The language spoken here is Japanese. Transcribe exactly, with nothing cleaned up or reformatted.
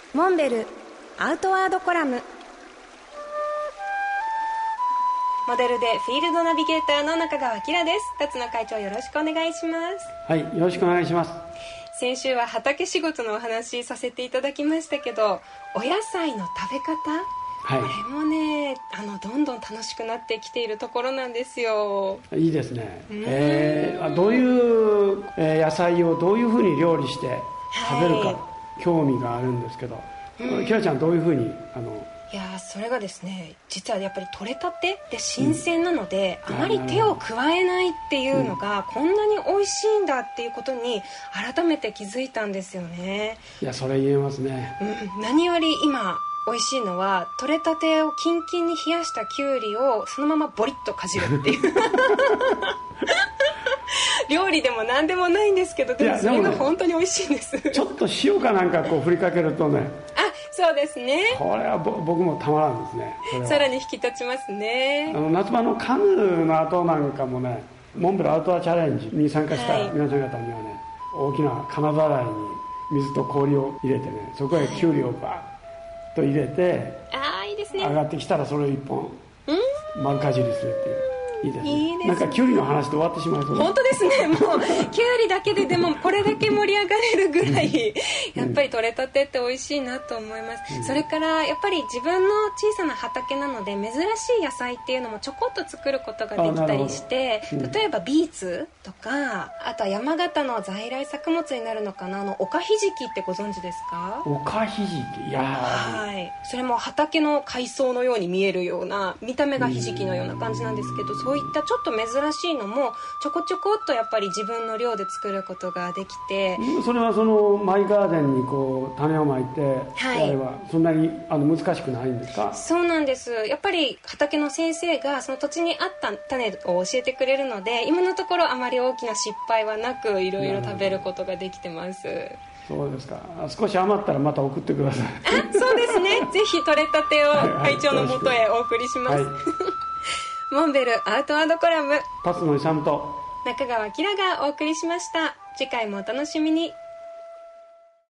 モンベルアウトワードコラム。モデルでフィールドナビゲーターの中川明です。辰野会長、よろしくお願いします。 はい、よろしくお願いします。 先週は畑仕事のお話させていただきましたけど、お野菜の食べ方、はい、これもね、あのどんどん楽しくなってきているところなんですよ。 いいですね。えー、どういう、えー、野菜をどういうふうに料理して食べるか、はい、興味があるんですけど、キラちゃんどういうふうにあのいやそれがですね、実はやっぱり取れたてで新鮮なので、うん、あまり手を加えないっていうのが、うん、こんなに美味しいんだっていうことに改めて気づいたんですよね。 いやそれ言えますね、 うん、何より今美味しいのは、取れたてをキンキンに冷やしたきゅうりをそのままボリッとかじるっていう料理でも何でもないんですけど、でもそれが本当に美味しいんです、ね、 ちょっと塩かなんかこう振りかけるとね、 あ、そうですね、 これはぼ僕もたまらんですね。 さらに引き立ちますね。 あの夏場のカヌーの後なんかもね、モンベルアウトドアチャレンジに参加した皆さん方にはね、はい、大きな金皿に水と氷を入れてね、そこへきゅうりをバーッと入れて、 あーいいですね、 上がってきたらそれを一本丸かじりするっていう、いいですね。 いいですね。 なんかキュウリの話で終わってしまいそう。 本当ですね。もうキュウリだけででもこれだけ盛り上がれるぐらい、やっぱり取れたてって美味しいなと思います、うん、それからやっぱり自分の小さな畑なので珍しい野菜っていうのもちょこっと作ることができたりして、うん、例えばビーツとか、あとは山形の在来作物になるのかな、あのおかひじきってご存知ですか？ おかひじき、いや、 はい、それも畑の海藻のように見えるような、見た目がひじきのような感じなんですけど、そういったちょっと珍しいのもちょこちょこっとやっぱり自分の量で作ることができて、 それはそのマイガーデンにこう種をまいて、はい、あれはそんなにあの難しくないんですか？ そうなんです。やっぱり畑の先生がその土地に合った種を教えてくれるので、今のところあまり大きな失敗はなく、いろいろ食べることができてます。 そうですか。少し余ったらまた送ってください。 あ、そうですね。ぜひ取れたてを会長のもとへお送りします、はい、モンベルアウトワードコラム、 辰野勇と中川きらがお送りしました。次回もお楽しみに。